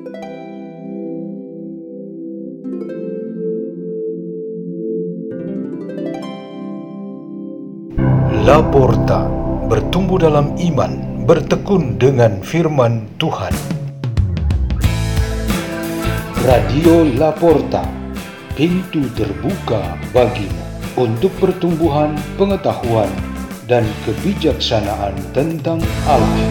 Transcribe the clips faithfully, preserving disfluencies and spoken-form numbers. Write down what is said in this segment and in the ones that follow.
Laporta, bertumbuh dalam iman, bertekun dengan firman Tuhan. Radio Laporta, pintu terbuka bagimu untuk pertumbuhan pengetahuan dan kebijaksanaan tentang Allah.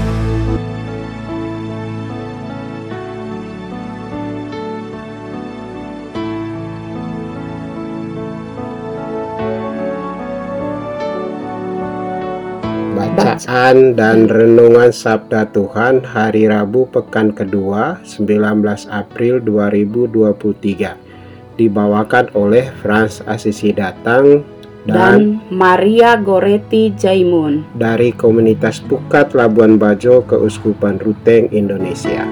Bacaan dan Renungan Sabda Tuhan hari Rabu pekan kedua sembilan belas April dua ribu dua puluh tiga dibawakan oleh Frans Assisi Datang dan, dan Maria Goretti Jaimun dari Komunitas Pukat Labuan Bajo Keuskupan Ruteng, Indonesia.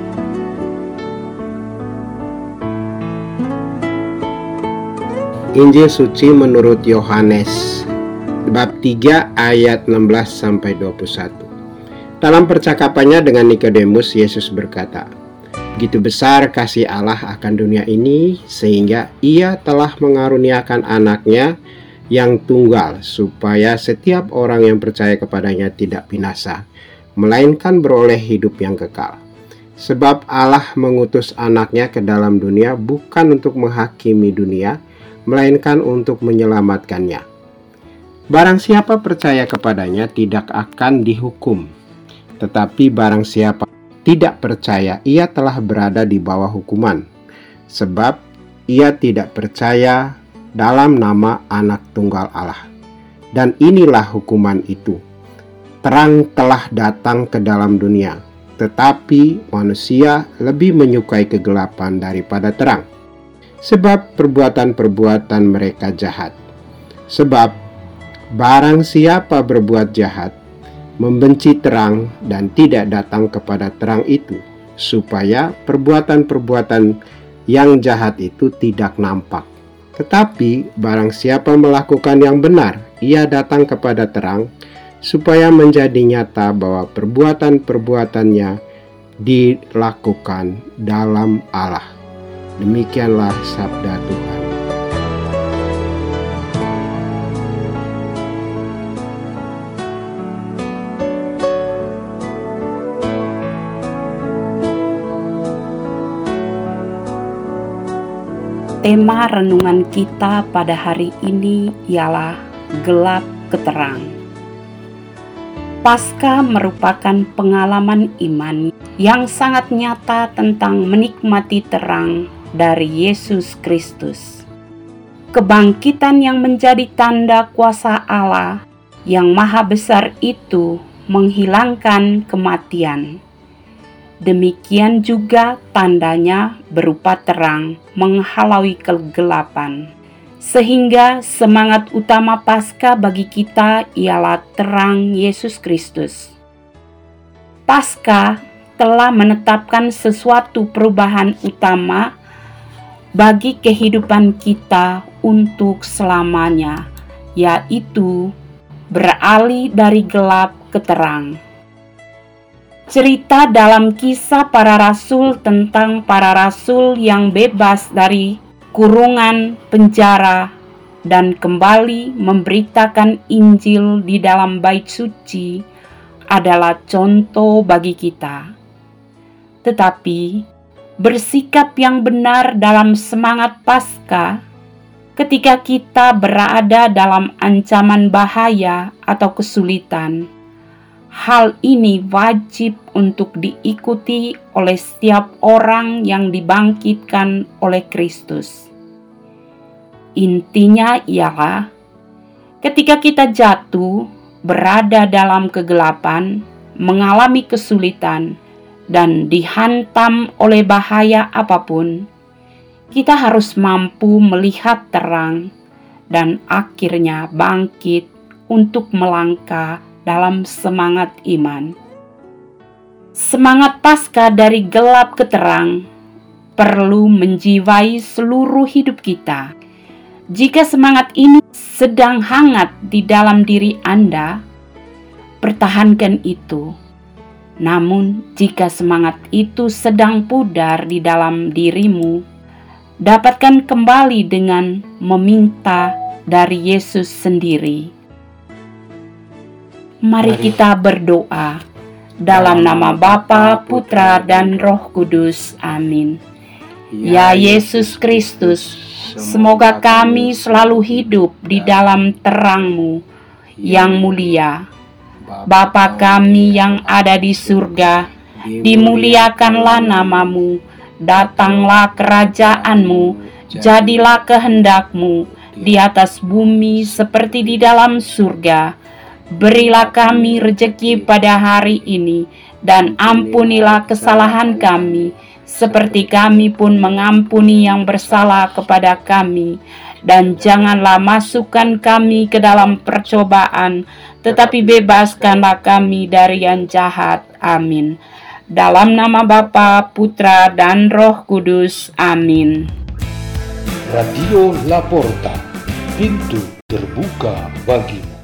Injil Suci menurut Yohanes bab tiga ayat enam belas sampai dua puluh satu. Dalam percakapannya dengan Nikodemus, Yesus berkata, "Begitu besar kasih Allah akan dunia ini, sehingga Ia telah mengaruniakan anaknya yang tunggal, supaya setiap orang yang percaya kepadanya tidak binasa, melainkan beroleh hidup yang kekal. Sebab Allah mengutus anaknya ke dalam dunia bukan untuk menghakimi dunia, melainkan untuk menyelamatkannya. Barang siapa percaya kepadanya tidak akan dihukum, tetapi barang siapa tidak percaya, ia telah berada di bawah hukuman, sebab ia tidak percaya dalam nama Anak Tunggal Allah. Dan inilah hukuman itu, terang telah datang ke dalam dunia, tetapi manusia lebih menyukai kegelapan daripada terang, sebab perbuatan-perbuatan mereka jahat. Sebab barang siapa berbuat jahat, membenci terang dan tidak datang kepada terang itu, supaya perbuatan-perbuatan yang jahat itu tidak nampak. Tetapi barang siapa melakukan yang benar, ia datang kepada terang, supaya menjadi nyata bahwa perbuatan-perbuatannya dilakukan dalam Allah." Demikianlah sabda Tuhan. Tema renungan kita pada hari ini ialah gelap ke terang. Paskah merupakan pengalaman iman yang sangat nyata tentang menikmati terang dari Yesus Kristus. Kebangkitan yang menjadi tanda kuasa Allah yang maha besar itu menghilangkan kematian. Demikian juga tandanya berupa terang menghalau kegelapan, sehingga semangat utama Paskah bagi kita ialah terang Yesus Kristus. Paskah telah menetapkan sesuatu perubahan utama bagi kehidupan kita untuk selamanya, yaitu beralih dari gelap ke terang. Cerita dalam Kisah Para Rasul tentang para rasul yang bebas dari kurungan penjara dan kembali memberitakan Injil di dalam bait suci adalah contoh bagi kita. Tetapi bersikap yang benar dalam semangat Paskah ketika kita berada dalam ancaman bahaya atau kesulitan, hal ini wajib untuk diikuti oleh setiap orang yang dibangkitkan oleh Kristus. Intinya ialah ketika kita jatuh, berada dalam kegelapan, mengalami kesulitan, dan dihantam oleh bahaya apapun, kita harus mampu melihat terang dan akhirnya bangkit untuk melangkah dalam semangat iman. Semangat Paskah dari gelap ke terang perlu menjiwai seluruh hidup kita. Jika semangat ini sedang hangat di dalam diri Anda, pertahankan itu. Namun, jika semangat itu sedang pudar di dalam dirimu, dapatkan kembali dengan meminta dari Yesus sendiri. Mari kita berdoa dalam nama Bapa, Putra, dan Roh Kudus. Amin. Ya Yesus Kristus, semoga kami selalu hidup di dalam terang-Mu yang mulia. Bapa kami yang ada di surga, dimuliakanlah nama-Mu, datanglah kerajaan-Mu, jadilah kehendak-Mu di atas bumi seperti di dalam surga. Berilah kami rejeki pada hari ini, dan ampunilah kesalahan kami, seperti kami pun mengampuni yang bersalah kepada kami. Dan janganlah masukkan kami ke dalam percobaan, tetapi bebaskanlah kami dari yang jahat. Amin. Dalam nama Bapa, Putra, dan Roh Kudus. Amin. Radio La Porta, pintu terbuka bagimu.